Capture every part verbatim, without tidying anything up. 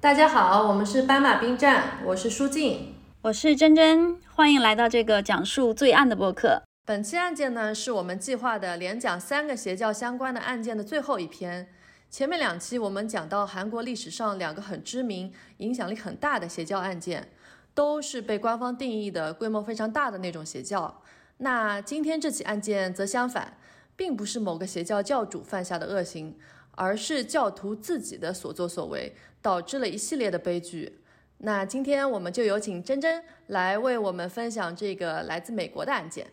大家好，我们是斑马兵站，我是舒静， 我是珍珍，欢迎来到这个讲述罪案的播客。 本期案件呢，是我们计划的连讲三个邪教相关的案件的最后一篇。前面两期我们讲到韩国历史上两个很知名、影响力很大的邪教案件，都是被官方定义的规模非常大的那种邪教。那今天这起案件则相反，并不是某个邪教教主犯下的恶行，而是教徒自己的所作所为，导致了一系列的悲剧。那今天我们就有请珍珍来为我们分享这个来自美国的案件。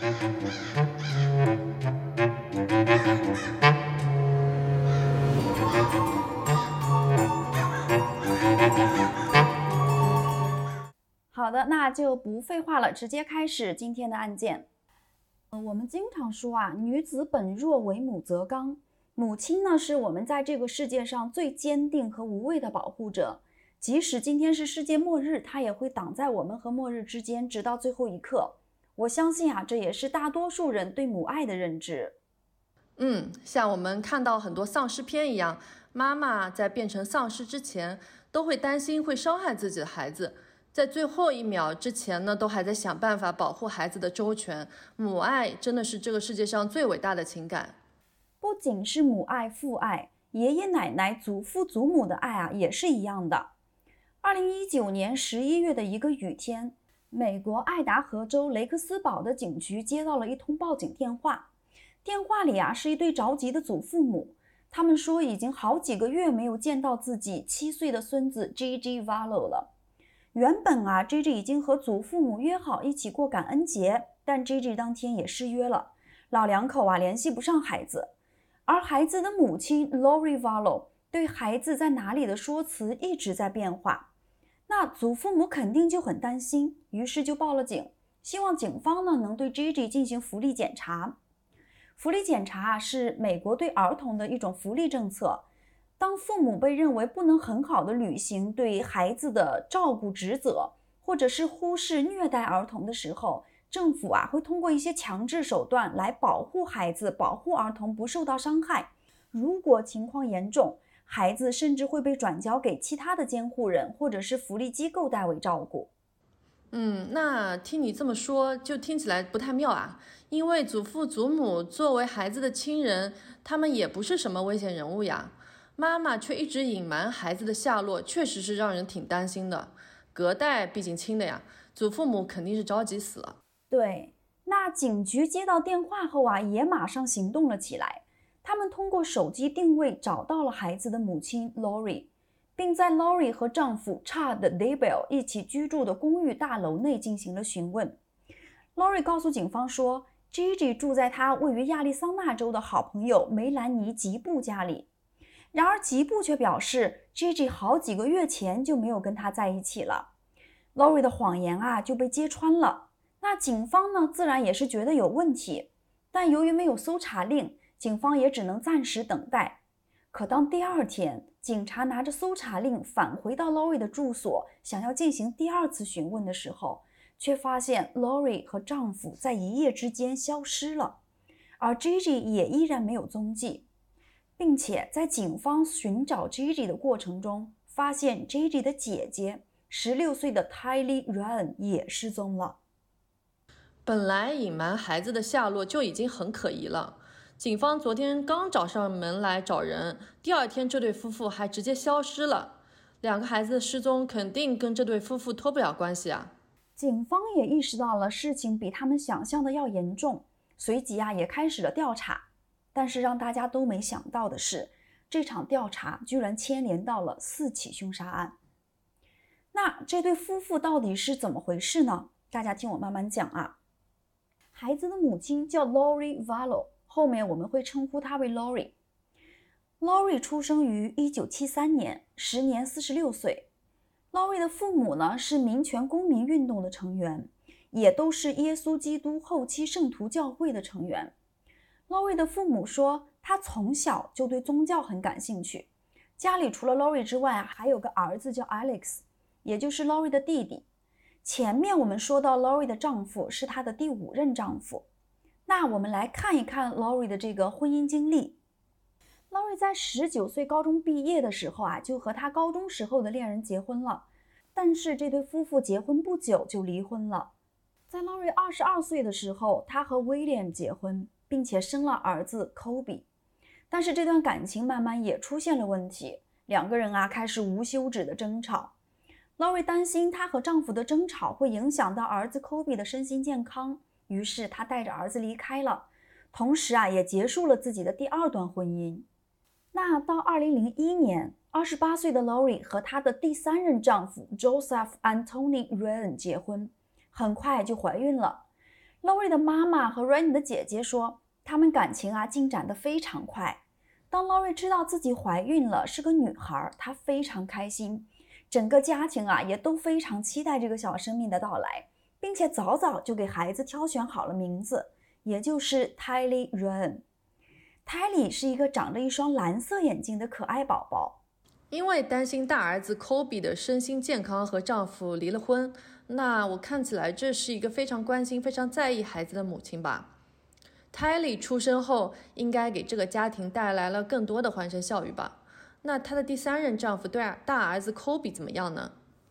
好的，那就不废话了，直接开始今天的案件。呃、我们经常说啊，女子本弱，为母则刚。母亲呢，是我们在这个世界上最坚定和无畏的保护者。即使今天是世界末日，它也会挡在我们和末日之间，直到最后一刻。我相信啊，这也是大多数人对母爱的认知。 嗯，像我们看到很多丧尸片一样，妈妈在变成丧尸之前，都会担心会伤害自己的孩子，在最后一秒之前呢，都还在想办法保护孩子的周全。母爱真的是这个世界上最伟大的情感。 不仅是母爱、父爱，爷爷奶奶、祖父祖母的爱啊，也是一样的。二零一九年十一月的一个雨天，美国爱达荷州雷克斯堡的警局接到了一通报警电话。电话里啊，是一对着急的祖父母，他们说已经好几个月没有见到自己七岁的孙子 J J Vallow 了。原本啊 J J 已经和祖父母约好一起过感恩节，但 J J 当天也失约了，老两口啊联系不上孩子。而孩子的母亲 Lori Vallow 对孩子在哪里的说辞一直在变化，那祖父母肯定就很担心，于是就报了警，希望警方呢能对 J J 进行福利检查。福利检查是美国对儿童的一种福利政策，当父母被认为不能很好的履行对孩子的照顾职责，或者是忽视虐待儿童的时候，政府啊会通过一些强制手段来保护孩子，保护儿童不受到伤害。如果情况严重，孩子甚至会被转交给其他的监护人或者是福利机构代为照顾。 嗯，那听你这么说，就听起来不太妙啊。因为祖父祖母作为孩子的亲人，他们也不是什么危险人物呀。妈妈却一直隐瞒孩子的下落，确实是让人挺担心的。隔代毕竟亲的呀，祖父母肯定是着急死了。 对，那警局接到电话后啊，也马上行动了起来。他们通过手机定位找到了孩子的母亲 Lori， 并在 Lori 和丈夫 Chad Daybell 一起居住的公寓大楼内进行了询问。Lori 告诉警方说 Gigi 住在他位于亚利桑那州的好朋友梅兰妮吉布家里。然而吉布却表示 Gigi 好几个月前就没有跟他在一起了。 Lori 的谎言啊就被揭穿了。那警方呢自然也是觉得有问题，但由于没有搜查令，警方也只能暂时等待。可当第二天警察拿着搜查令返回到 Lori 的住所，想要进行第二次询问的时候，却发现 Lori 和丈夫在一夜之间消失了，而 Gigi 也依然没有踪迹，并且在警方寻找 Gigi 的过程中，发现 Gigi 的姐姐十六岁的 Tylee Ryan 也失踪了。 本来隐瞒孩子的下落就已经很可疑了，警方昨天刚找上门来找人，第二天这对夫妇还直接消失了。两个孩子的失踪肯定跟这对夫妇脱不了关系啊。 警方也意识到了事情比他们想象的要严重，随即啊也开始了调查。但是让大家都没想到的是，这场调查居然牵连到了四起凶杀案。那这对夫妇到底是怎么回事呢？大家听我慢慢讲啊。孩子的母亲叫 Lori Vallow， 后面我们会称呼她为 Lori。 Lori 出生于一九七三年，时年四十六岁。 Lori 的父母呢是民权公民运动的成员，也都是耶稣基督后期圣徒教会的成员。 Lori 的父母说，他从小就对宗教很感兴趣，家里除了 Lori 之外还有个儿子叫 Alex， 也就是 Lori 的弟弟。前面我们说到 Lori 的丈夫是她的第五任丈夫。那我们来看一看 Lori 的这个婚姻经历。 Lori 在十九岁高中毕业的时候啊，就和他高中时候的恋人结婚了，但是这对夫妇结婚不久就离婚了。在 Lori 二十二岁的时候，他和 William 结婚，并且生了儿子 Kobe。但是这段感情慢慢也出现了问题，两个人啊开始无休止的争吵。Lori 担心她和丈夫的争吵会影响到儿子 Kobe 的身心健康，于是她带着儿子离开了，同时啊也结束了自己的第二段婚姻。那到二零零一年，二十八岁的 Lori 和她的第三任丈夫 Joseph Anthony Ryan 结婚，很快就怀孕了。Lori 的妈妈和 Ryan 的姐姐说，他们感情啊进展得非常快。当 Lori 知道自己怀孕了，是个女孩，她非常开心。整个家庭啊也都非常期待这个小生命的到来，并且早早就给孩子挑选好了名字，也就是 Tylee Ryan。Tylee 是一个长着一双蓝色眼睛的可爱宝宝。 因为担心大儿子 Kobe 的身心健康和丈夫离了婚，那我看起来这是一个非常关心、非常在意孩子的母亲吧。Tylee 出生后，应该给这个家庭带来了更多的欢声笑语吧。那她的第三任丈夫对大儿子 Kobe 怎么样呢？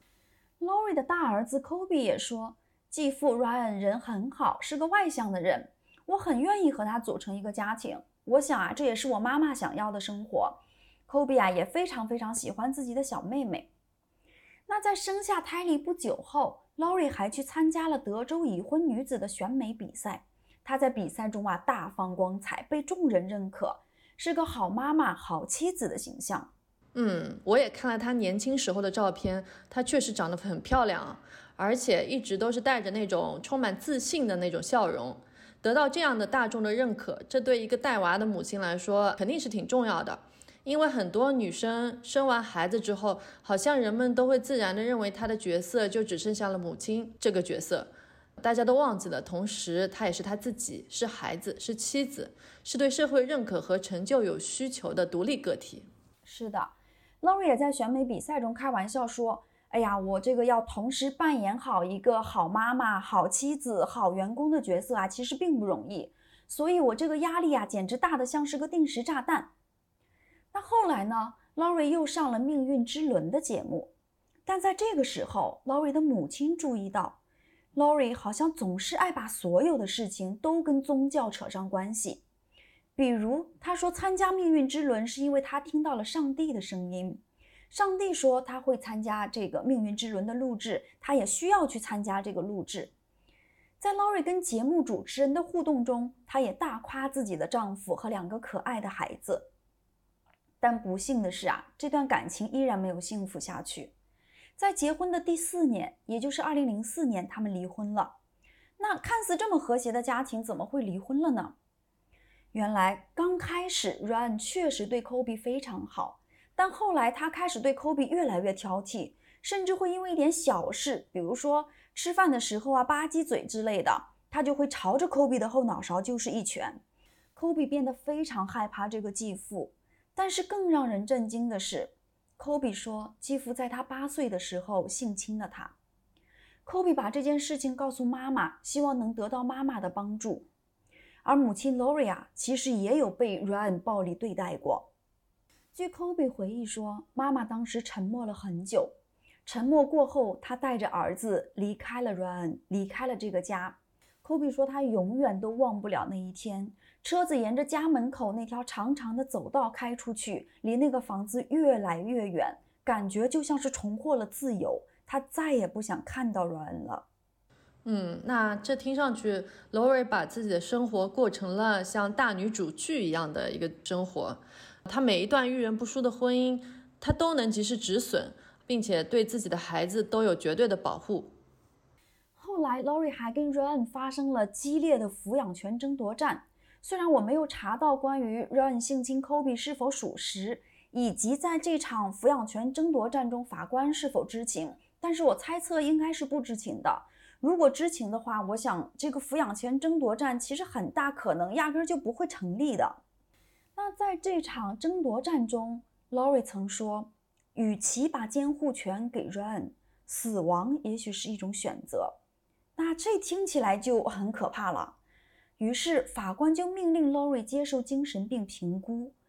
Lori 的大儿子 Kobe 也说，继父 Ryan 人很好，是个外向的人，我很愿意和他组成一个家庭。我想啊，这也是我妈妈想要的生活。Kobe 啊也非常非常喜欢自己的小妹妹。那在生下 Tylee 不久后， Lori 还去参加了德州已婚女子的选美比赛。她在比赛中啊大放光彩，被众人认可，是个好妈妈、好妻子的形象。 嗯，我也看了她年轻时候的照片，她确实长得很漂亮，而且一直都是带着那种充满自信的那种笑容。得到这样的大众的认可，这对一个带娃的母亲来说肯定是挺重要的。因为很多女生生完孩子之后，好像人们都会自然地认为她的角色就只剩下了母亲这个角色，大家都忘记了，同时她也是她自己，是孩子，是妻子，是对社会认可和成就有需求的独立个体。 是的， Lori 也在选美比赛中开玩笑说，哎呀，我这个要同时扮演好一个好妈妈、好妻子、好员工的角色啊，其实并不容易，所以我这个压力啊，简直大得像是个定时炸弹。那后来呢， Lori 又上了命运之轮的节目，但在这个时候， Lori 的母亲注意到 Lori 好像总是爱把所有的事情都跟宗教扯上关系。比如她说参加命运之轮是因为她听到了上帝的声音，上帝说她会参加这个命运之轮的录制，她也需要去参加这个录制。在 Lori 跟节目主持人的互动中，她也大夸自己的丈夫和两个可爱的孩子。但不幸的是啊，这段感情依然没有幸福下去。在结婚的第四年，也就是二零零四年，他们离婚了。那看似这么和谐的家庭怎么会离婚了呢？原来刚开始 Ryan 确实对 Kobe 非常好，但后来他开始对 Kobe 越来越挑剔，甚至会因为一点小事，比如说吃饭的时候啊吧唧嘴之类的，他就会朝着 Kobe 的后脑勺就是一拳。Kobe 变得非常害怕这个继父，但是更让人震惊的是， Kobe 说继父在他八岁的时候性侵了他。 Kobe 把这件事情告诉妈妈，希望能得到妈妈的帮助。而母亲 Lori 啊，其实也有被 Ryan 暴力对待过。据 Kobe 回忆说，妈妈当时沉默了很久，沉默过后，她带着儿子离开了 Ryan， 离开了这个家。Kobe 说他永远都忘不了那一天，车子沿着家门口那条长长的走道开出去，离那个房子越来越远，感觉就像是重获了自由，他再也不想看到 Ryan 了。 嗯，那这听上去 Lori 把自己的生活过成了像大女主剧一样的一个生活，她每一段遇人不淑的婚姻，她都能及时止损，并且对自己的孩子都有绝对的保护。 后来 Lori 还跟 Ryan 发生了激烈的抚养权争夺战，虽然我没有查到关于 Ryan 性侵 Kobe 是否属实，以及在这场抚养权争夺战中法官是否知情，但是我猜测应该是不知情的。如果知情的话，我想这个抚养权争夺战其实很大可能压根就不会成立的。那在这场争夺战中， Lori 曾说，与其把监护权给 Ryan， 死亡也许是一种选择。那这听起来就很可怕了。于是法官就命令 Lori 接受精神病评估，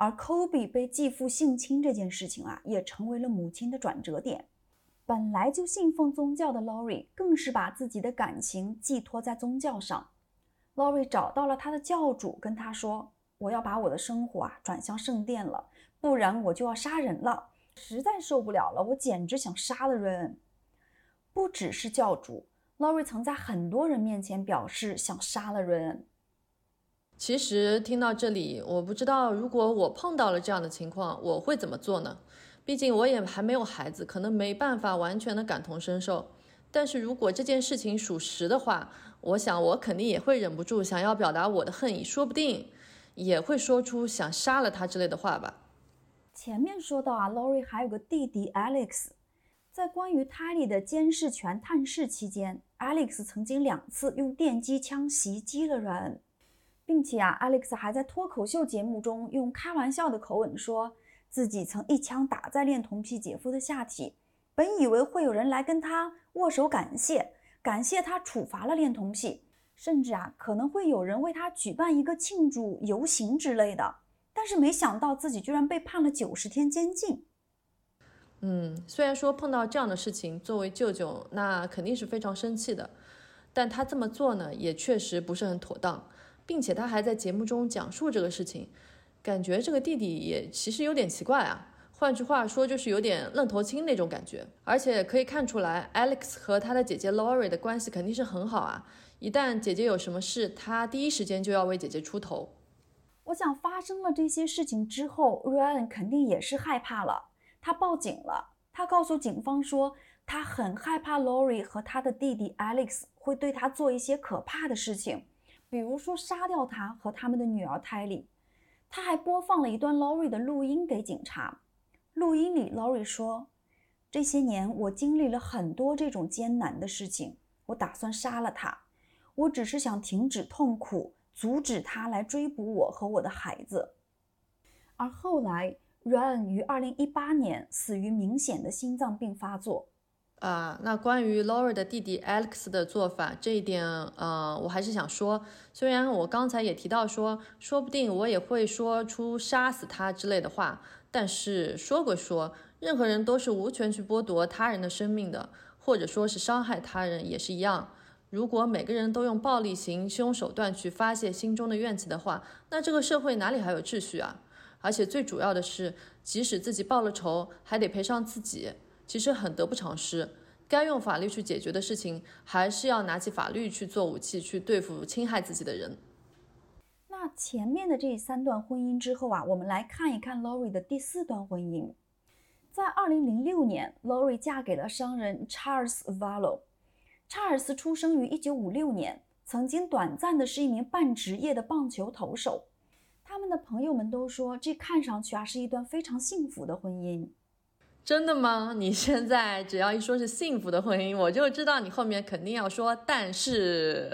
而 Kobe 被继父性侵这件事情啊，也成为了母亲的转折点。本来就信奉宗教的 Lori 更是把自己的感情寄托在宗教上。Lori 找到了他的教主，跟他说：“我要把我的生活啊转向圣殿了，不然我就要杀人了，实在受不了了，我简直想杀了人。”不只是教主 ，Lori 曾在很多人面前表示想杀了人。 其实听到这里，我不知道如果我碰到了这样的情况，我会怎么做呢？毕竟我也还没有孩子，可能没办法完全的感同身受。但是如果这件事情属实的话，我想我肯定也会忍不住想要表达我的恨意，说不定也会说出想杀了他之类的话吧。 前面说到啊 ，Lori 还有个弟弟 Alex， 在关于 Tylee 的监视权探视期间 ，Alex 曾经两次用电击枪袭击了人，并且啊 ，Alex 还在脱口秀节目中用开玩笑的口吻说自己曾一枪打在恋童癖姐夫的下体，本以为会有人来跟他握手感谢，感谢他处罚了恋童癖，甚至啊可能会有人为他举办一个庆祝游行之类的，但是没想到自己居然被判了九十天监禁。 嗯，虽然说碰到这样的事情，作为舅舅那肯定是非常生气的，但他这么做呢也确实不是很妥当，并且他还在节目中讲述这个事情，感觉这个弟弟也其实有点奇怪啊，换句话说就是有点愣头青那种感觉。而且可以看出来 Alex 和他的姐姐 Lori 的关系肯定是很好啊，一旦姐姐有什么事，他第一时间就要为姐姐出头。 我想发生了这些事情之后 Ryan 肯定也是害怕了，他报警了，他告诉警方说他很害怕 Lori 和他的弟弟 Alex 会对他做一些可怕的事情，比如说杀掉他和他们的女儿 Tylee。他还播放了一段 Lori 的录音给警察。录音里 Lori 说，这些年我经历了很多这种艰难的事情，我打算杀了他，我只是想停止痛苦，阻止他来追捕我和我的孩子。而后来 Ryan 于二零一八年死于明显的心脏病发作。 啊，那关于 Lori 的弟弟 Alex 的做法，这一点，呃，我还是想说，虽然我刚才也提到说，说不定我也会说出杀死他之类的话，但是说归说，任何人都是无权去剥夺他人的生命的，或者说是伤害他人也是一样。如果每个人都用暴力行凶手段去发泄心中的怨气的话，那这个社会哪里还有秩序啊？而且最主要的是，即使自己报了仇，还得赔上自己。其实很得不偿失，该用法律去解决的事情，还是要拿起法律去做武器，去对付侵害自己的人。 那前面的这三段婚姻之后啊，我们来看一看 Lori 的第四段婚姻。在二零零六年 ，Lori 嫁给了商人 Charles Vallow。查尔斯出生于一九五六年，曾经短暂的是一名半职业的棒球投手。他们的朋友们都说，这看上去啊是一段非常幸福的婚姻。 真的吗？你现在只要一说是幸福的婚姻，我就知道你后面肯定要说但是。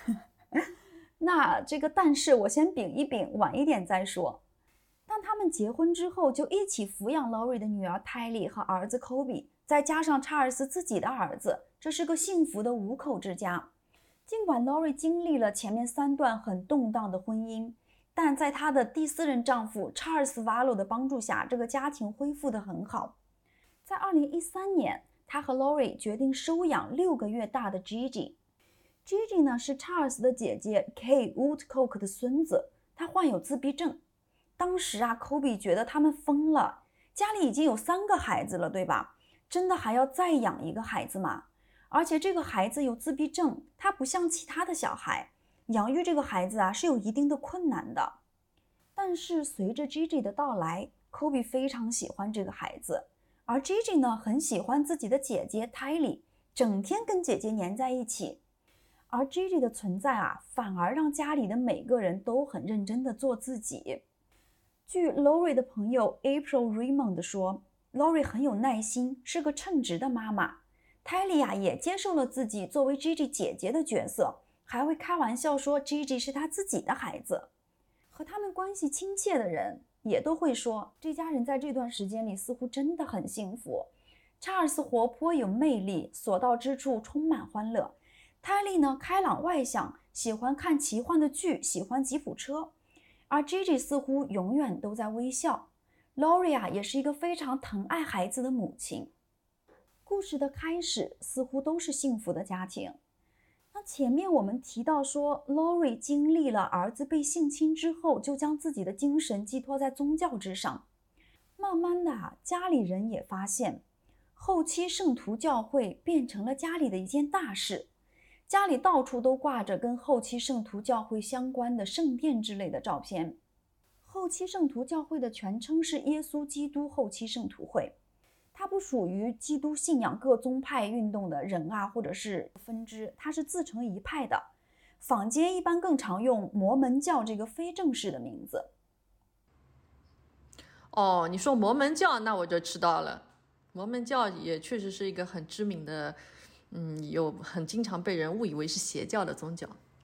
那这个但是我先秉一秉，晚一点再说。但他们结婚之后就一起抚养 Lori 的女儿 Tylee 和儿子 Kobe， 再加上查尔斯自己的儿子，这是个幸福的五口之家。尽管 Lori 经历了前面三段很动荡的婚姻，但在她的第四任丈夫 Charles Vallow 的帮助下，这个家庭恢复得很好。在二零一三年，他和 Lori 决定收养六个月大的 Gigi。Gigi 呢是 Charles 的姐姐 Kay Woodcock 的孙子，他患有自闭症。当时啊 Kobe 觉得他们疯了，家里已经有三个孩子了，对吧？真的还要再养一个孩子吗？而且这个孩子有自闭症，他不像其他的小孩，养育这个孩子啊是有一定的困难的。但是随着 Gigi 的到来， Kobe 非常喜欢这个孩子，而 Gigi 呢很喜欢自己的姐姐 Tylee， 整天跟姐姐黏在一起。而 Gigi 的存在啊，反而让家里的每个人都很认真的做自己。据 Lori 的朋友 April Raymond 说， Lori 很有耐心，是个称职的妈妈。Tylee 啊也接受了自己作为 Gigi 姐姐的角色，还会开玩笑说 Gigi 是她自己的孩子。和他们关系亲切的人也都会说，这家人在这段时间里似乎真的很幸福。查尔斯活泼有魅力，所到之处充满欢乐。Tylee 呢开朗外向，喜欢看奇幻的剧，喜欢吉普车。 而 Gigi 似乎永远都在微笑。Lori 啊，也是一个非常疼爱孩子的母亲。故事的开始似乎都是幸福的家庭。那前面我们提到说 Lori 经历了儿子被性侵之后，就将自己的精神寄托在宗教之上。慢慢的啊，家里人也发现后期圣徒教会变成了家里的一件大事，家里到处都挂着跟后期圣徒教会相关的圣殿之类的照片。后期圣徒教会的全称是耶稣基督后期圣徒会，它不属于基督信仰各宗派运动的人啊，或者是分支，它是自成一派的。坊间一般更常用摩门教这个非正式的名字。 哦，你说摩门教，那我就知道了。摩门教也确实是一个很知名的，嗯，有很经常被人误以为是邪教的宗教。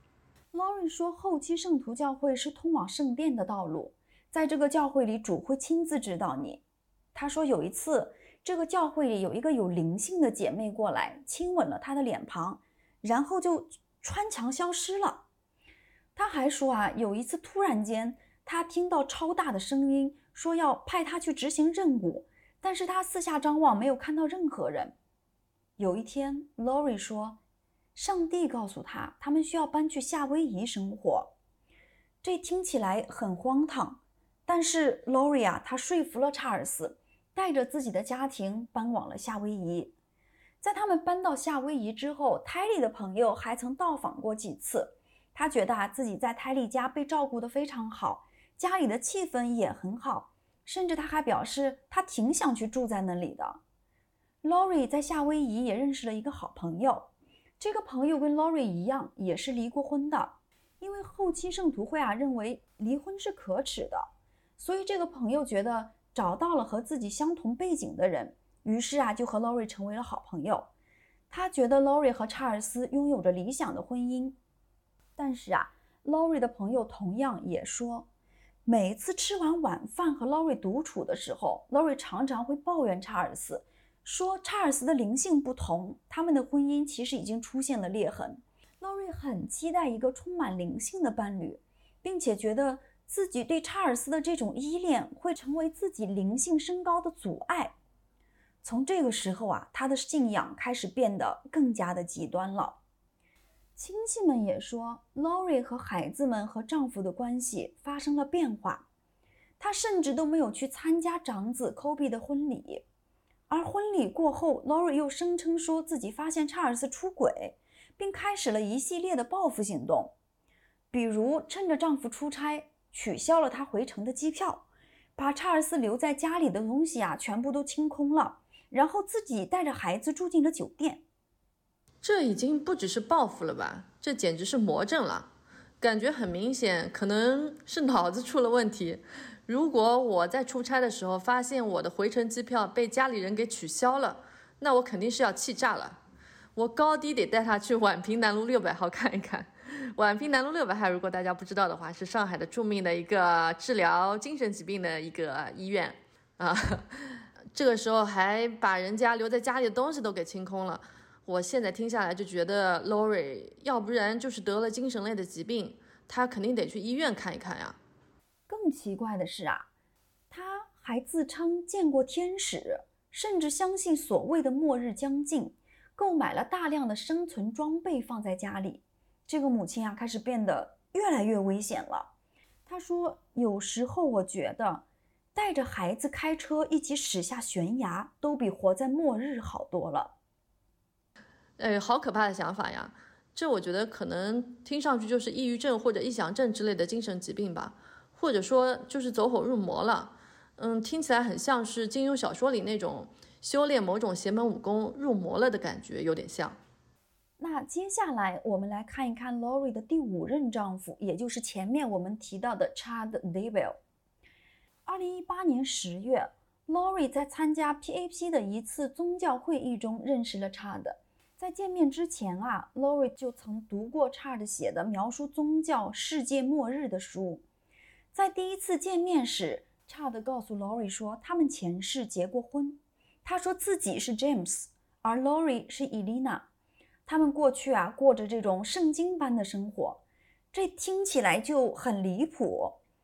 Lori 说，后期圣徒教会是通往圣殿的道路，在这个教会里，主会亲自指导你。他说有一次，这个教会里有一个有灵性的姐妹过来，亲吻了他的脸庞，然后就穿墙消失了。他还说啊，有一次突然间，他听到超大的声音，说要派他去执行任务，但是他四下张望，没有看到任何人。有一天 Lori 说，上帝告诉他，他们需要搬去夏威夷生活。这听起来很荒唐，但是 Lori 啊，她说服了查尔斯，带着自己的家庭搬往了夏威夷。在他们搬到夏威夷之后，泰利的朋友还曾到访过几次。他觉得啊，自己在泰利家被照顾得非常好，家里的气氛也很好，甚至他还表示他挺想去住在那里的。Lori 在夏威夷也认识了一个好朋友，这个朋友跟 Lori 一样，也是离过婚的。因为后期圣徒会啊认为离婚是可耻的，所以这个朋友觉得找到了和自己相同背景的人，于是啊就和 Lori 成为了好朋友。他觉得 Lori 和查尔斯拥有着理想的婚姻，但是啊 Lori 的朋友同样也说，每次吃完晚饭和 Lori 独处的时候， Lori 常常会抱怨查尔斯，说查尔斯的灵性不同，他们的婚姻其实已经出现了裂痕。Lori 很期待一个充满灵性的伴侣，并且觉得自己对查尔斯的这种依恋会成为自己灵性升高的阻碍。从这个时候啊，他的信仰开始变得更加的极端了。亲戚们也说 Lori 和孩子们和丈夫的关系发生了变化，她甚至都没有去参加长子 Kobe 的婚礼。而婚礼过后， Lori 又声称说自己发现查尔斯出轨，并开始了一系列的报复行动，比如趁着丈夫出差取消了他回程的机票，把查尔斯留在家里的东西啊全部都清空了，然后自己带着孩子住进了酒店。 这已经不只是报复了吧，这简直是魔怔了。感觉很明显，可能是脑子出了问题。如果我在出差的时候发现我的回程机票被家里人给取消了，那我肯定是要气炸了。我高低得带他去宛平南路六百号看一看。宛平南路六百号，如果大家不知道的话，是上海的著名的一个治疗精神疾病的一个医院啊。这个时候还把人家留在家里的东西都给清空了。我现在听下来就觉得 Lori 要不然就是得了精神类的疾病，他肯定得去医院看一看呀。 更奇怪的是啊，他还自称见过天使，甚至相信所谓的末日将近，购买了大量的生存装备放在家里。这个母亲啊开始变得越来越危险了。她说，有时候我觉得带着孩子开车一起驶下悬崖都比活在末日好多了。 哎，好可怕的想法呀！这我觉得可能听上去就是抑郁症或者臆想症之类的精神疾病吧，或者说就是走火入魔了。嗯，听起来很像是金庸小说里那种修炼某种邪门武功入魔了的感觉，有点像。 那接下来我们来看一看 Lori 的第五任丈夫，也就是前面我们提到的 Chad Daybell。二零一八年十月 Lori 在参加 P A P 的一次宗教会议中认识了 Chad。在见面之前啊 Lori 就曾读过 Chad 写的描述宗教世界末日的书。在第一次见面时， Chad 告诉 Lori 说他们前世结过婚。他说自己是 James， 而 Lori 是 Elena。他们过去啊过着这种圣经般的生活，这听起来就很离谱。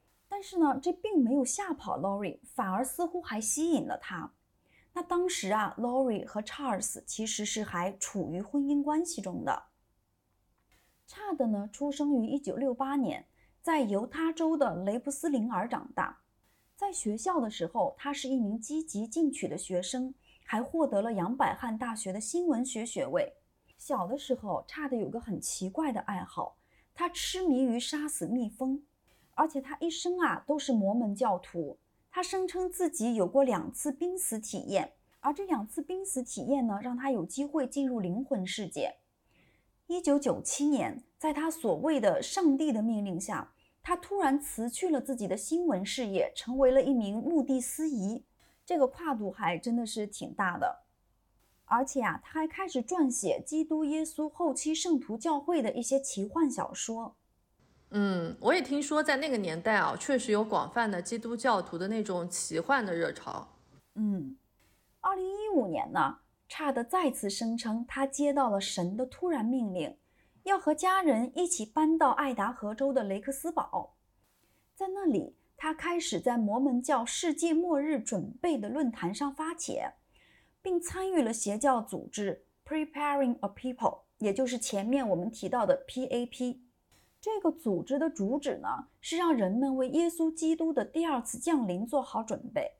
但是呢，这并没有吓跑 Lori， 反而似乎还吸引了他。那当时啊 Lori 和 Charles 其实是还处于婚姻关系中的。查德呢，出生于一九六八年，在犹他州的雷布斯林尔长大。在学校的时候，他是一名积极进取的学生，还获得了杨百翰大学的新闻学学位。小的时候，查德有个很奇怪的爱好，他痴迷于杀死蜜蜂，而且他一生啊都是摩门教徒。他声称自己有过两次濒死体验，而这两次濒死体验呢，让他有机会进入灵魂世界。一九九七年，在他所谓的上帝的命令下，他突然辞去了自己的新闻事业，成为了一名墓地司仪。这个跨度还真的是挺大的。而且啊，他还开始撰写基督耶稣后期圣徒教会的一些奇幻小说。 嗯，我也听说在那个年代啊，确实有广泛的基督教徒的那种奇幻的热潮。 嗯，二零一五年呢，查德再次声称他接到了神的突然命令，要和家人一起搬到爱达荷州的雷克斯堡。在那里，他开始在摩门教世界末日准备的论坛上发帖，并参与了邪教组织 Preparing a People， 也就是前面我们提到的 P A P。 这个组织的主旨呢，是让人们为耶稣基督的第二次降临做好准备。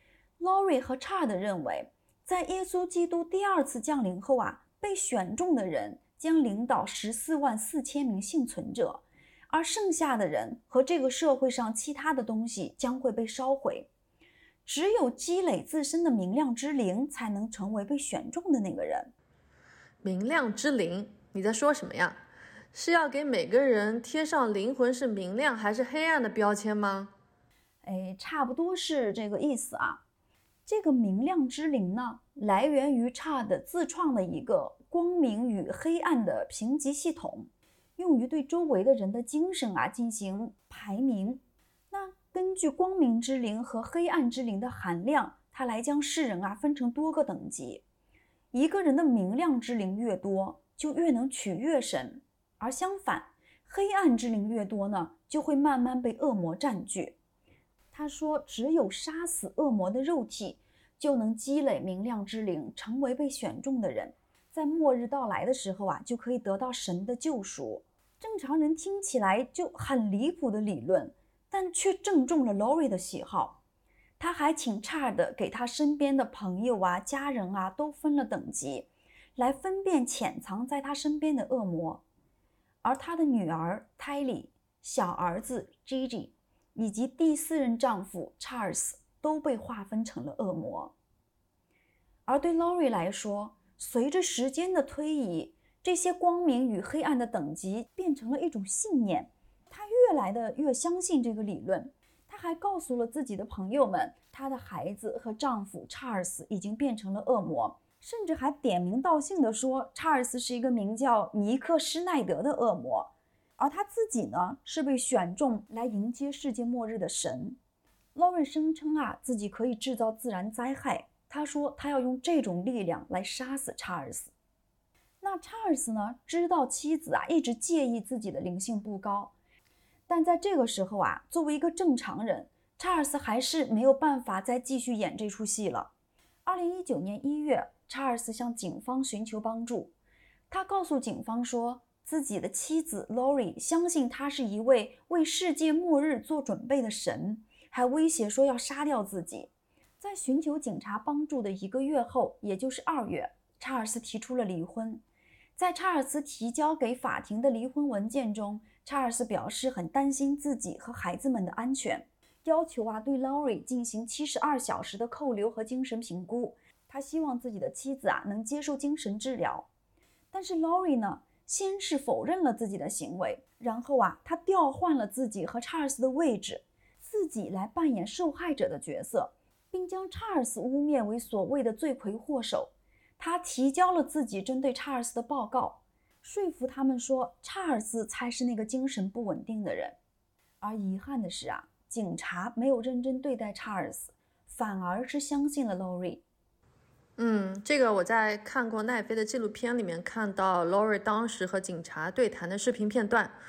Lori 和 Chad 认为，在耶稣基督第二次降临后啊，被选中的人将领导十四万四千名幸存者，而剩下的人和这个社会上其他的东西将会被烧毁。只有积累自身的明亮之灵，才能成为被选中的那个人。 明亮之灵？你在说什么呀？是要给每个人贴上灵魂是明亮还是黑暗的标签吗？ 哎，差不多是这个意思啊。这个明亮之灵呢，来源于查德自创的一个光明与黑暗的评级系统，用于对周围的人的精神啊进行排名。那根据光明之灵和黑暗之灵的含量，它来将世人啊分成多个等级。一个人的明亮之灵越多，就越能取悦神，而相反，黑暗之灵越多呢，就会慢慢被恶魔占据。他说，只有杀死恶魔的肉体，就能积累明亮之灵，成为被选中的人，在末日到来的时候啊，就可以得到神的救赎。正常人听起来就很离谱的理论，但却正中了 Lori 的喜好。他还请查德给他身边的朋友啊、家人啊都分了等级，来分辨潜藏在他身边的恶魔。而他的女儿 Tylee、小儿子 Gigi 以及第四任丈夫 Charles 都被划分成了恶魔。而对 Lori 来说，随着时间的推移，这些光明与黑暗的等级变成了一种信念，她越来的越相信这个理论。她还告诉了自己的朋友们，她的孩子和丈夫 Charles 已经变成了恶魔，甚至还点名道姓地说 Charles 是一个名叫尼克施耐德的恶魔，而他自己呢，是被选中来迎接世界末日的神。 Lori 声称啊，自己可以制造自然灾害，他说他要用这种力量来杀死 Charles。 那 Charles 呢，知道妻子啊一直介意自己的灵性不高，但在这个时候啊，作为一个正常人， Charles 还是没有办法再继续演这出戏了。二零一九年一月， Charles 向警方寻求帮助。他告诉警方说，自己的妻子 Lori 相信他是一位为世界末日做准备的神，还威胁说要杀掉自己。在寻求警察帮助的一个月后，也就是二月，查尔斯提出了离婚。在查尔斯提交给法庭的离婚文件中，查尔斯表示很担心自己和孩子们的安全，要求啊对 Lori 进行七十二小时的扣留和精神评估。他希望自己的妻子啊能接受精神治疗。但是 Lori 呢，先是否认了自己的行为，然后啊他调换了自己和查尔斯的位置，自己来扮演受害者的角色，并将查尔斯污蔑为所谓的罪魁祸首。他提交了自己针对查尔斯的报告，说服他们说查尔斯才是那个精神不稳定的人。而遗憾的是啊，警察没有认真对待查尔斯，反而是相信了 Lori。 嗯，这个我在看过奈飞的纪录片里面看到 Lori 当时和警察对谈的视频片段。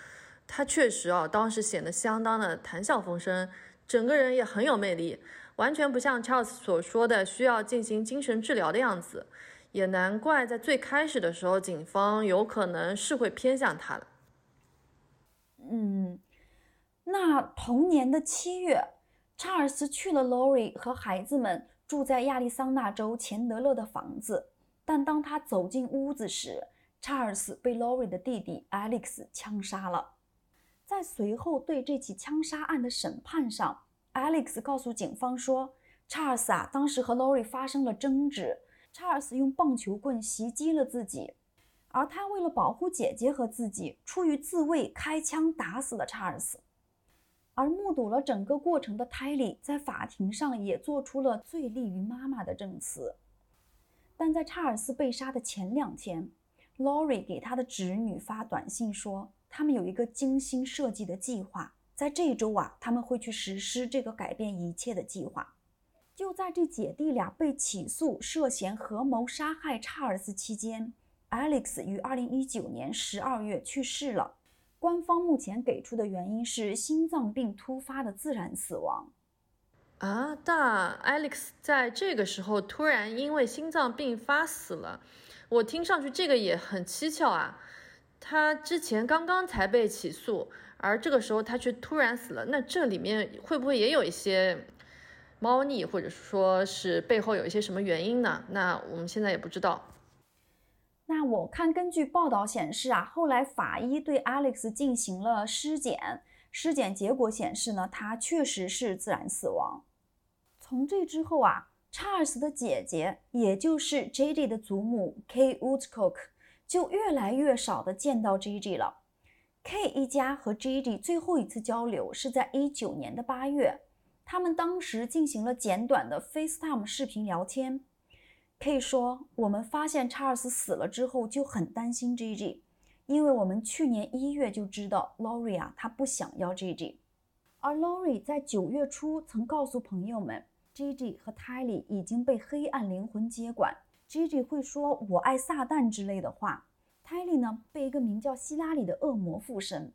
他确实啊，当时显得相当的谈笑风生，整个人也很有魅力，完全不像 Charles 所说的需要进行精神治疗的样子。也难怪在最开始的时候，警方有可能是会偏向他的。 嗯，那同年的七月，查尔斯去了 Lori 和孩子们住在亚利桑那州钱德勒的房子，但当他走进屋子时，查尔斯被 Lori 的弟弟 Alex 枪杀了。在随后对这起枪杀案的审判上， Alex 告诉警方说，查尔斯啊，当时和 Lori 发生了争执，查尔斯用棒球棍袭击了自己，而他为了保护姐姐和自己，出于自卫开枪打死了查尔斯。而目睹了整个过程的泰利在法庭上也做出了最利于妈妈的证词。但在查尔斯被杀的前两天， Lori 给他的侄女发短信说，他们有一个精心设计的计划，在这周啊，他们会去实施这个改变一切的计划。就在这姐弟俩被起诉涉嫌合谋杀害查尔斯期间， Alex 于二零一九年十二月去世了。官方目前给出的原因是心脏病突发的自然死亡。 啊，但 Alex 在这个时候突然因为心脏病发死了，我听上去这个也很蹊跷啊。他之前刚刚才被起诉，而这个时候他却突然死了，那这里面会不会也有一些猫腻，或者说是背后有一些什么原因呢？那我们现在也不知道。 那我看根据报道显示啊，后来法医对 Alex 进行了尸检，尸检结果显示呢，他确实是自然死亡。从这之后啊，查尔斯的姐姐，也就是 J J 的祖母 Kay Woodcock 就越来越少的见到 J J 了。Kay 一家和 J J 最后一次交流是在一九年的八月，他们当时进行了简短的 FaceTime 视频聊天。Kay 说，我们发现查尔斯死了之后就很担心 J J， 因为我们去年一月就知道 Lori 啊，她不想要 J J。 而 Lori 在九月初曾告诉朋友们， J J 和 Tylee 已经被黑暗灵魂接管， J J 会说我爱撒旦之类的话， Tylee 呢被一个名叫希拉里的恶魔附身。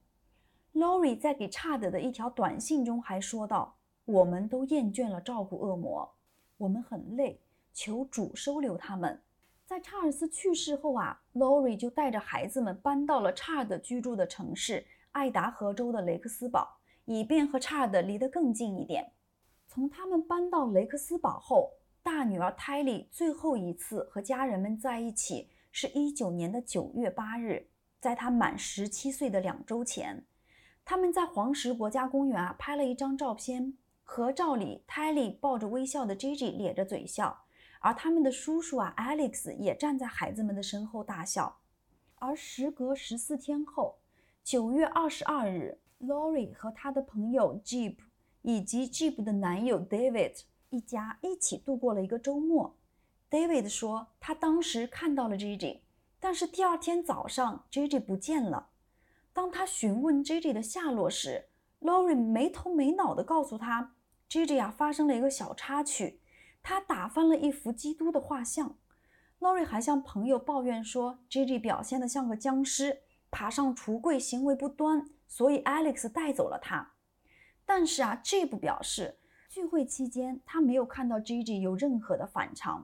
Lori 在给查德的一条短信中还说道，我们都厌倦了照顾恶魔，我们很累，求主收留他们。在查尔斯去世后啊， Lori 就带着孩子们搬到了查尔德居住的城市爱达荷州的雷克斯堡，以便和查尔德离得更近一点。从他们搬到雷克斯堡后，大女儿泰利最后一次和家人们在一起是一九年的九月八日，在她满十七岁的两周前，他们在黄石国家公园啊拍了一张照片，合照里泰利抱着微笑的 J J 咧着嘴笑，而他们的叔叔啊 Alex 也站在孩子们的身后大笑。而时隔十四天后，九月二十二日， Lori 和她的朋友 Jeep 以及 Jeep 的男友 David 一家一起度过了一个周末。 David 说，他当时看到了 J J， 但是第二天早上 J J 不见了。当他询问 J J 的下落时， Lori 没头没脑地告诉他， J J 啊发生了一个小插曲，他打翻了一幅基督的画像。 Lori 还向朋友抱怨说， J J 表现得像个僵尸，爬上橱柜，行为不端，所以 Alex 带走了他。但是啊 Jeep 表示，聚会期间他没有看到 J J 有任何的反常。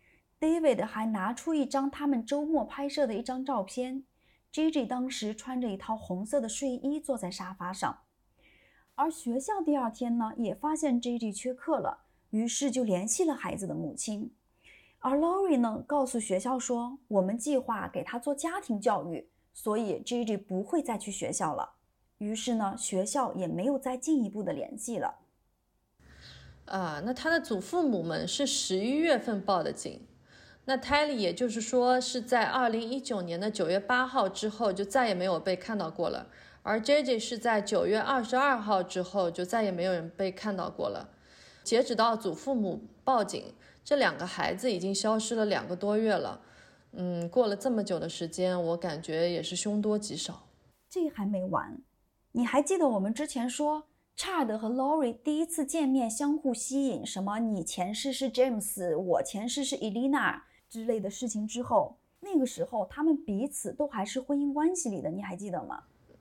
David 还拿出一张他们周末拍摄的一张照片， J J 当时穿着一套红色的睡衣坐在沙发上。而学校第二天呢，也发现 J J 缺课了，于是就联系了孩子的母亲。而 Lori 呢，告诉学校说，我们计划给他做家庭教育，所以 J J 不会再去学校了。于是呢，学校也没有再进一步的联系了。 啊，那他的祖父母们是十一月份报的警，那泰利也就是说是在二零一九年的九月八号之后就再也没有被看到过了，而 J J 是在九月二十二号之后就再也没有人被看到过了。截止到祖父母报警，这两个孩子已经消失了两个多月了。嗯，过了这么久的时间，我感觉也是凶多吉少。 这还没完，你还记得我们之前说查尔德和 Lori 第一次见面相互吸引，什么你前世是 James， 我前世是 Elena 之类的事情之后，那个时候他们彼此都还是婚姻关系里的，你还记得吗？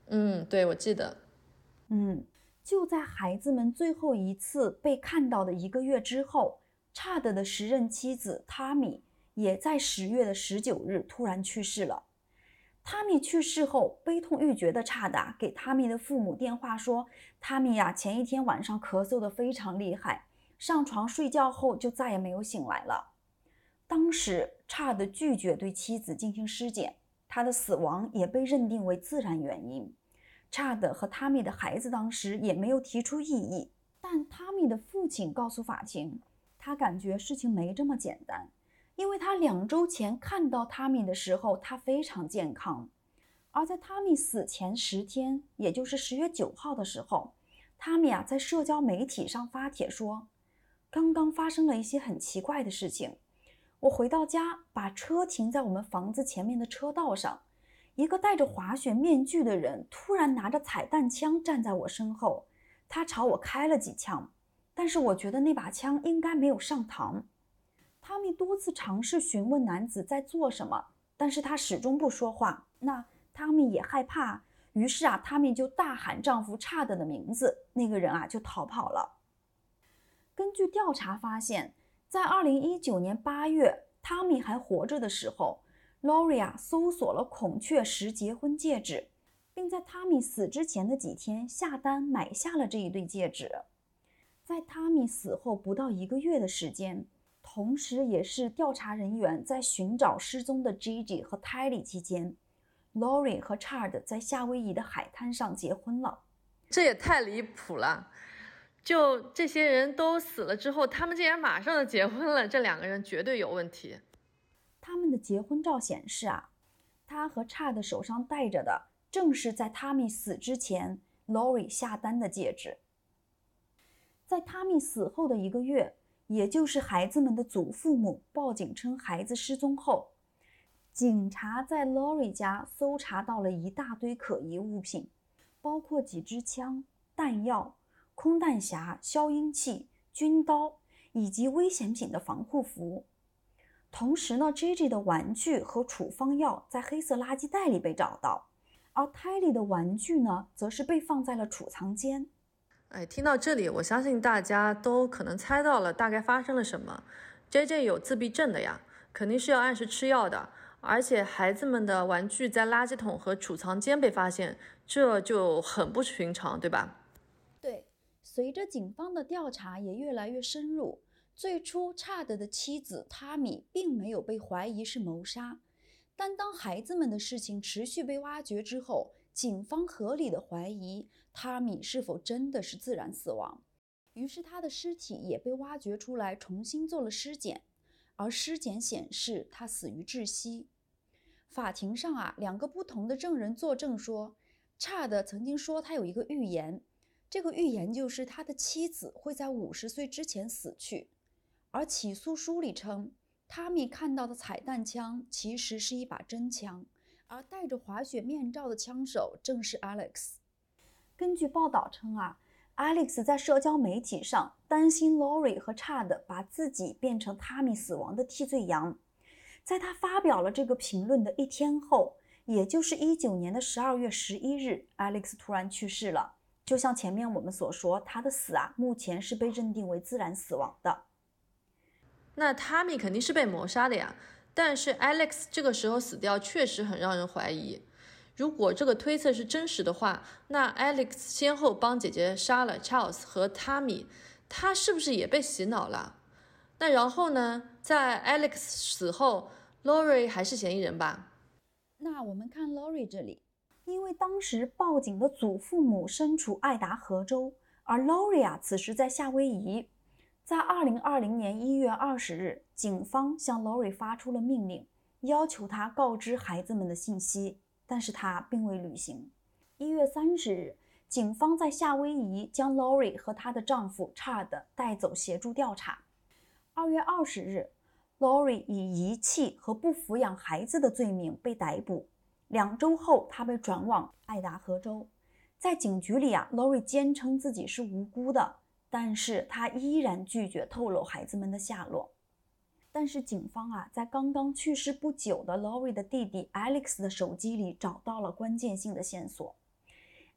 嗯，对，我记得。 嗯，就在孩子们最后一次被看到的一个月之后，查德的时任妻子汤米也在十月的十九日突然去世了。汤米去世后，悲痛欲绝的查德给汤米的父母电话说，汤米呀，前一天晚上咳嗽得非常厉害，上床睡觉后就再也没有醒来了。当时查德拒绝对妻子进行尸检，他的死亡也被认定为自然原因。查德和汤米的孩子当时也没有提出异议，但汤米的父亲告诉法庭，他感觉事情没这么简单，因为他两周前看到汤米的时候，他非常健康，而在汤米死前十天，也就是十月九号的时候，汤米啊在社交媒体上发帖说，刚刚发生了一些很奇怪的事情，我回到家，把车停在我们房子前面的车道上，一个戴着滑雪面具的人突然拿着彩弹枪站在我身后，他朝我开了几枪，但是我觉得那把枪应该没有上膛。汤米多次尝试询问男子在做什么，但是他始终不说话。那汤米也害怕，于是啊，汤米就大喊丈夫查德的名字，那个人啊就逃跑了。根据调查发现，在二零一九年八月，汤米还活着的时候，Lori 搜索了孔雀石结婚戒指，并在汤米死之前的几天下单买下了这一对戒指。在汤米死后不到一个月的时间，同时也是调查人员在寻找失踪的 Gigi 和 Tylee 期间， Lori 和 Chad 在夏威夷的海滩上结婚了。 这也太离谱了，就这些人都死了之后，他们竟然马上就结婚了，这两个人绝对有问题。 他们的结婚照显示啊，他和 Chad 手上戴着的正是在汤米死之前 Lori 下单的戒指。在汤米死后的一个月，也就是孩子们的祖父母报警称孩子失踪后，警察在 Lori 家搜查到了一大堆可疑物品，包括几支枪、弹药、空弹匣、消音器、军刀以及危险品的防护服。同时呢 Gigi 的玩具和处方药在黑色垃圾袋里被找到，而 Tylee 的玩具呢，则是被放在了储藏间。 哎，听到这里，我相信大家都可能猜到了大概发生了什么。J J 有自闭症的呀，肯定是要按时吃药的，而且孩子们的玩具在垃圾桶和储藏间被发现，这就很不寻常，对吧？ 对，随着警方的调查也越来越深入，最初查德的妻子汤米并没有被怀疑是谋杀，但当孩子们的事情持续被挖掘之后，警方合理的怀疑汤米是否真的是自然死亡，于是他的尸体也被挖掘出来，重新做了尸检，而尸检显示他死于窒息。法庭上啊，两个不同的证人作证说，查德曾经说他有一个预言，这个预言就是他的妻子会在五十岁之前死去，而起诉书里称，汤米看到的彩弹枪其实是一把真枪，而戴着滑雪面罩的枪手正是 Alex。 根据报道称啊 Alex 在社交媒体上担心 Lori 和 Chad 把自己变成汤米死亡的替罪羊。在他发表了这个评论的一天后，也就是一九年的十二月十一日 Alex 突然去世了。就像前面我们所说，他的死啊，目前是被认定为自然死亡的。 那汤米肯定是被谋杀的呀，但是 Alex 这个时候死掉确实很让人怀疑。如果这个推测是真实的话，那 Alex 先后帮姐姐杀了 Charles 和 Tammy， 他是不是也被洗脑了？那然后呢，在 Alex 死后 Lori 还是嫌疑人吧？ 那我们看 Lori 这里，因为当时报警的祖父母身处爱达荷州，而 Lori 啊此时在夏威夷。在二零二零年一月二十日，警方向 Lori 发出了命令，要求他告知孩子们的信息，但是他并未履行。一月三十日，警方在夏威夷将 Lori 和她的丈夫 Chad 带走协助调查。二月二十日， Lori 以遗弃和不抚养孩子的罪名被逮捕。两周后，她被转往爱达荷州。在警局里啊 Lori 坚称自己是无辜的，但是她依然拒绝透露孩子们的下落。但是警方啊，在刚刚去世不久的 Lori 的弟弟 Alex 的手机里找到了关键性的线索。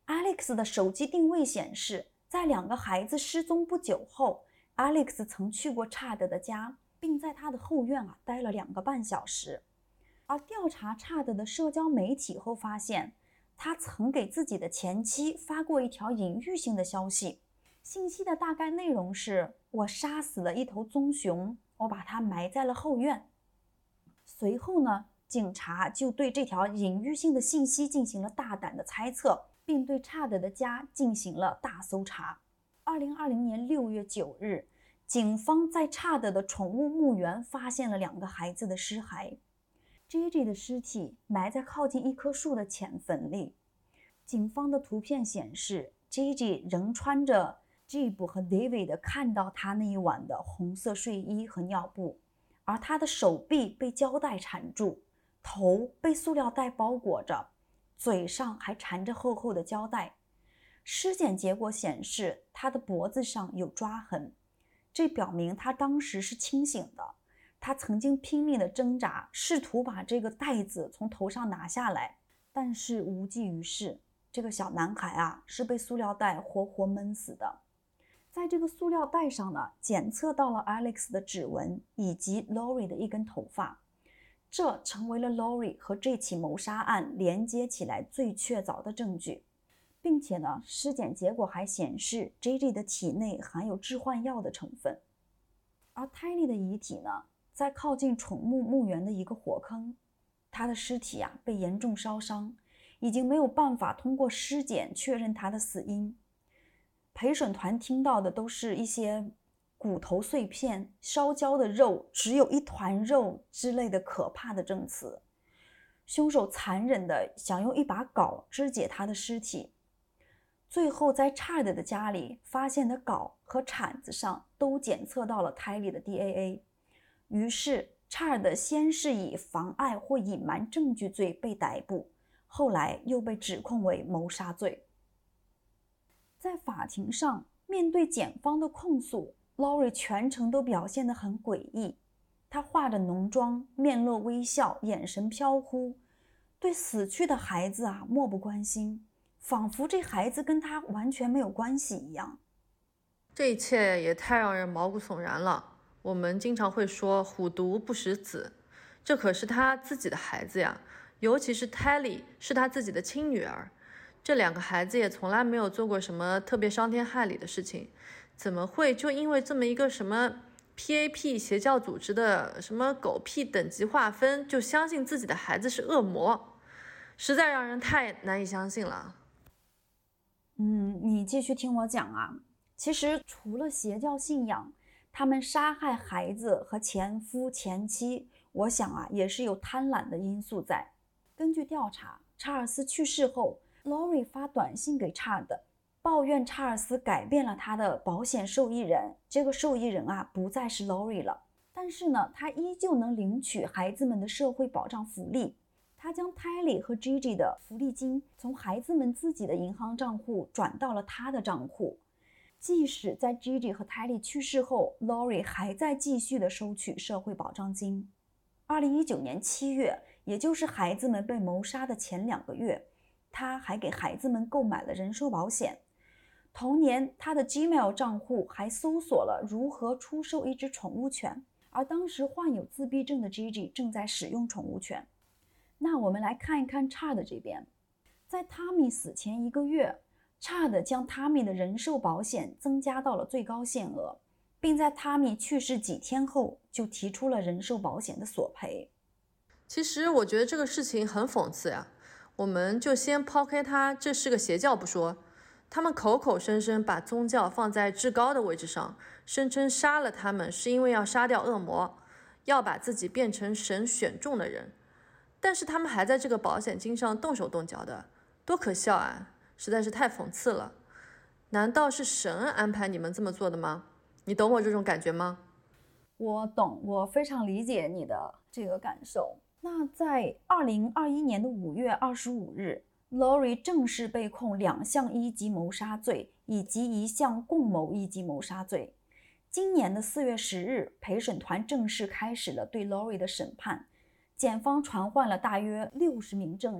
Alex 的手机定位显示，在两个孩子失踪不久后， Alex 曾去过 Chad 的家，并在他的后院啊待了两个半小时。而调查 Chad 的社交媒体后发现，他曾给自己的前妻发过一条隐喻性的消息，信息的大概内容是：我杀死了一头棕熊，我把它埋在了后院。随后呢，警察就对这条隐喻性的信息进行了大胆的猜测，并对 Chad 的家进行了大搜查。二零二零年六月九日，警方在 Chad 的宠物墓园发现了两个孩子的尸骸。Gigi 的尸体埋在靠近一棵树的浅坟里。警方的图片显示 Gigi 仍穿着 Jib 和 David 看到他那一晚的红色睡衣和尿布，而他的手臂被胶带缠住，头被塑料袋包裹着，嘴上还缠着厚厚的胶带。尸检结果显示他的脖子上有抓痕，这表明他当时是清醒的。他曾经拼命的挣扎，试图把这个袋子从头上拿下来，但是无济于事。这个小男孩啊，是被塑料袋活活闷死的。在这个塑料袋上呢，检测到了 Alex 的指纹以及 Lori 的一根头发，这成为了 Lori 和这起谋杀案连接起来最确凿的证据。并且呢，尸检结果还显示 Gigi 的体内含有致幻药的成分。而 Tylee 的遗体呢，在靠近宠物墓园的一个火坑，他的尸体啊被严重烧伤，已经没有办法通过尸检确认他的死因。陪审团听到的都是一些骨头碎片、烧焦的肉，只有一团肉之类的可怕的证词。凶手残忍地想用一把镐肢解他的尸体。最后在 Chad 的家里发现的镐和铲子上都检测到了 Tylee 的 D N A。 于是 Chad 先是以妨碍或隐瞒证据罪被逮捕，后来又被指控为谋杀罪。在法庭上，面对检方的控诉， Lori 全程都表现得很诡异。她化着浓妆，面露微笑，眼神飘忽，对死去的孩子啊漠不关心，仿佛这孩子跟他完全没有关系一样。 这一切也太让人毛骨悚然了。我们经常会说虎毒不食子，这可是他自己的孩子呀，尤其是 Tylee 是他自己的亲女儿。这两个孩子也从来没有做过什么特别伤天害理的事情，怎么会就因为这么一个什么 P A P 邪教组织的什么狗屁等级划分，就相信自己的孩子是恶魔？实在让人太难以相信了。 嗯，你继续听我讲啊。其实除了邪教信仰，他们杀害孩子和前夫前妻，我想啊也是有贪婪的因素在。根据调查，查尔斯去世后， Lori 发短信给 Chad， 抱怨查尔斯改变了他的保险受益人，这个受益人啊不再是 Lori 了。但是呢，他依旧能领取孩子们的社会保障福利。他将 Tylee 和 Gigi 的福利金从孩子们自己的银行账户转到了他的账户。即使在 Gigi 和 Tylee 去世后， Lori 还在继续的收取社会保障金。二零一九年七月，也就是孩子们被谋杀的前两个月，他还给孩子们购买了人寿保险。同年，他的 Gmail 账户还搜索了如何出售一只宠物犬，而当时患有自闭症的 Gigi 正在使用宠物犬。那我们来看一看 Chad 这边。在 Tommy 死前一个月， Chad 将 Tommy 的人寿保险增加到了最高限额，并在 Tommy 去世几天后就提出了人寿保险的索赔。 其实我觉得这个事情很讽刺呀。我们就先抛开他这是个邪教不说，他们口口声声把宗教放在至高的位置上，声称杀了他们是因为要杀掉恶魔，要把自己变成神选中的人。但是他们还在这个保险金上动手动脚的，多可笑啊，实在是太讽刺了。难道是神安排你们这么做的吗？你懂我这种感觉吗？ 我懂，我非常理解你的这个感受。那在二零二一年的五月二十五日， Lori 正式被控两项一级谋杀罪以及一项共谋一级谋杀罪。今年的四月十日，陪审团正式开始了对 Lori 的审判。检方传唤了大约六十名证人，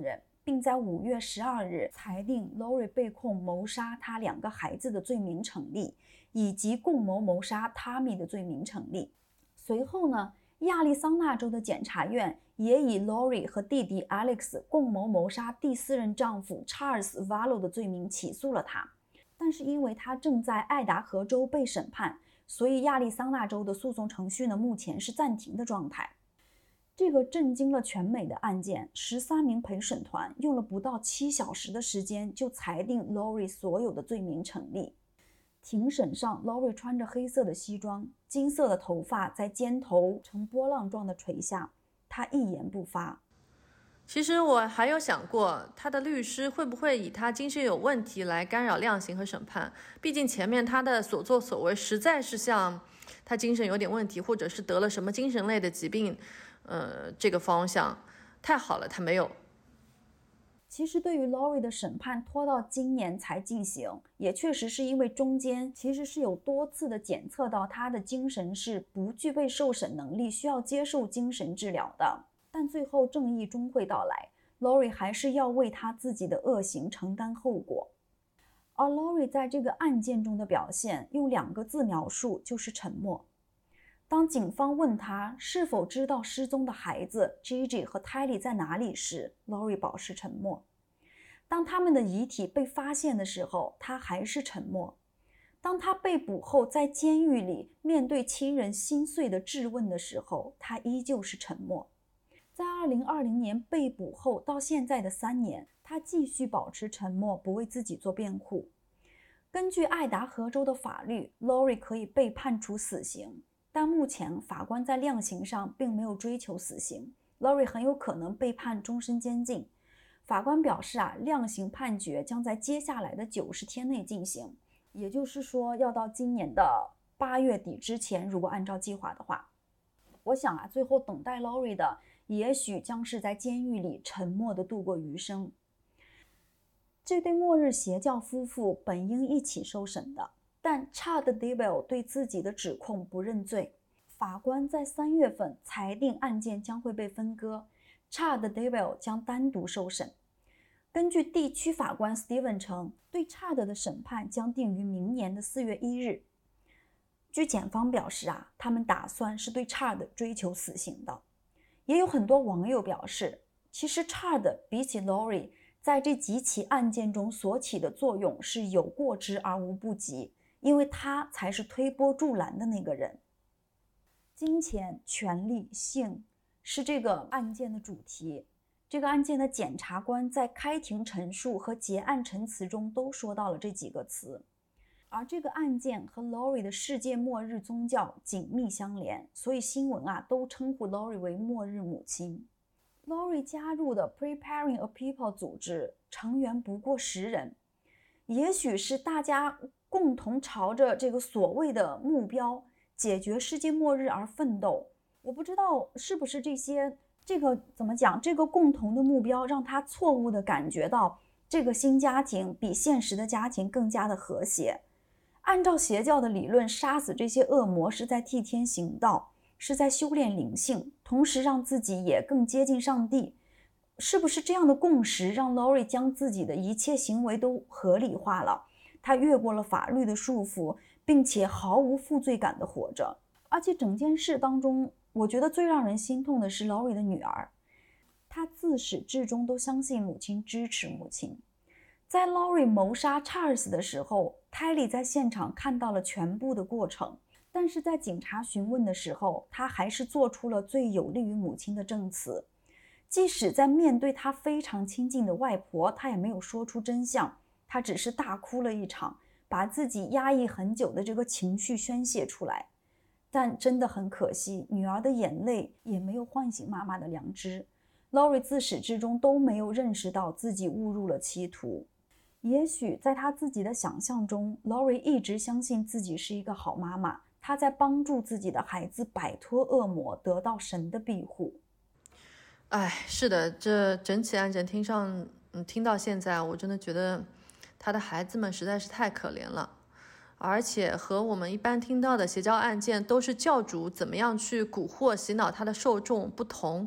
并在五月十二日裁定 Lori 被控谋杀他两个孩子的罪名成立，以及共谋谋杀 Tammy 的罪名成立。随后呢，亚利桑那州的检察院也以 Lori 和弟弟 Alex 共谋谋杀第四任丈夫 Charles Vallow 的罪名起诉了他，但是因为他正在爱达荷州被审判，所以亚利桑那州的诉讼程序呢，目前是暂停的状态。这个震惊了全美的案件，十三名陪审团用了不到七小时的时间就裁定 Lori 所有的罪名成立。庭审上 Lori 穿着黑色的西装，金色的头发在肩头呈波浪状的垂下，她一言不发。 其实我还有想过，他的律师会不会以他精神有问题来干扰量刑和审判，毕竟前面他的所作所为实在是像他精神有点问题，或者是得了什么精神类的疾病，呃，这个方向。太好了，他没有。 其实对于 Lori 的审判拖到今年才进行，也确实是因为中间其实是有多次的检测到他的精神是不具备受审能力，需要接受精神治疗的。但最后正义终会到来， Lori 还是要为他自己的恶行承担后果。而 Lori 在这个案件中的表现用两个字描述，就是沉默。当警方问他是否知道失踪的孩子 Gigi 和 Tylee 在哪里时， Lori 保持沉默。当他们的遗体被发现的时候，他还是沉默。当他被捕后在监狱里面对亲人心碎的质问的时候，他依旧是沉默。在二零二零年被捕后到现在的三年，他继续保持沉默，不为自己做辩护。根据爱达荷州的法律， Lori 可以被判处死刑，但目前法官在量刑上并没有追求死刑， Lori 很有可能被判终身监禁。法官表示啊，量刑判决将在接下来的九十天内进行，也就是说要到今年的八月底之前，如果按照计划的话。我想啊，最后等待 Lori 的也许将是在监狱里沉默地度过余生。这对末日邪教夫妇本应一起受审的，但 Chad Daybell 对自己的指控不认罪。法官在三月份裁定案件将会被分割， Chad Daybell 将单独受审。根据地区法官 Steven 称，对 Chad 的审判将定于明年的四月一日。据检方表示啊，他们打算是对 Chad 追求死刑的。也有很多网友表示，其实 Chad 比起 Lori 在这几起案件中所起的作用是有过之而无不及，因为他才是推波助澜的那个人。金钱、权力、性是这个案件的主题。这个案件的检察官在开庭陈述和结案陈词中都说到了这几个词。而这个案件和 Lori 的世界末日宗教紧密相连，所以新闻啊都称呼 Lori 为末日母亲。Lori 加入的 Preparing a People 组织成员不过十人，也许是大家共同朝着这个所谓的目标解决世界末日而奋斗。我不知道是不是这些这个怎么讲，这个共同的目标让他错误地感觉到这个新家庭比现实的家庭更加的和谐。按照邪教的理论，杀死这些恶魔是在替天行道，是在修炼灵性，同时让自己也更接近上帝。是不是这样的共识让 Lori 将自己的一切行为都合理化了？他越过了法律的束缚，并且毫无负罪感地活着。而且整件事当中，我觉得最让人心痛的是 Lori 的女儿，她自始至终都相信母亲，支持母亲。在 Lori 谋杀 Charles 的时候， Tylee 在现场看到了全部的过程，但是在警察询问的时候，他还是做出了最有利于母亲的证词。即使在面对他非常亲近的外婆，他也没有说出真相，他只是大哭了一场，把自己压抑很久的这个情绪宣泄出来。但真的很可惜，女儿的眼泪也没有唤醒妈妈的良知。 Lori 自始至终都没有认识到自己误入了歧途。也许在他自己的想象中， Lori 一直相信自己是一个好妈妈，她在帮助自己的孩子摆脱恶魔，得到神的庇护。 哎，是的，这整起案件听上，嗯，听到现在，我真的觉得他的孩子们实在是太可怜了。而且和我们一般听到的邪教案件都是教主怎么样去蛊惑洗脑他的受众不同，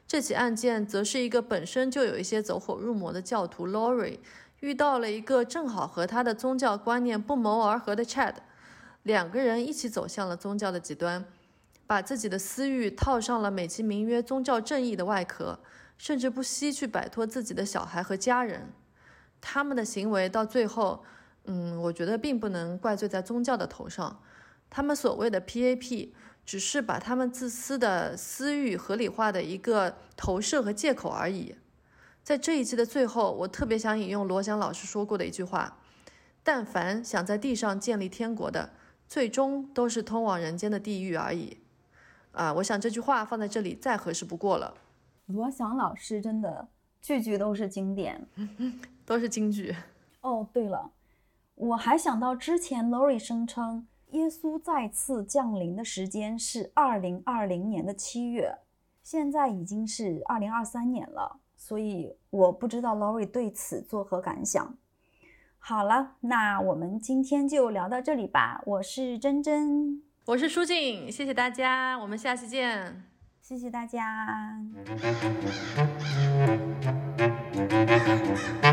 这起案件则是一个本身就有一些走火入魔的教徒 Lori 遇到了一个正好和他的宗教观念不谋而合的 Chad， 两个人一起走向了宗教的极端，把自己的私欲套上了美其名曰宗教正义的外壳，甚至不惜去摆脱自己的小孩和家人。他们的行为到最后，嗯，我觉得并不能怪罪在宗教的头上。他们所谓的 P A P 只是把他们自私的私欲合理化的一个投射和借口而已。在这一期的最后，我特别想引用罗翔老师说过的一句话：但凡想在地上建立天国的，最终都是通往人间的地狱而已。啊，我想这句话放在这里再合适不过了。 罗翔老师真的句句都是经典， 都是金句。 哦，对了，我还想到之前 Lori 声称耶稣再次降临的时间是二零二零年的七月，现在已经是二零二三年了，所以我不知道 Lori 对此作何感想。好了，那我们今天就聊到这里吧。我是珍珍， 我是舒静，谢谢大家，我们下期见。 谢谢大家。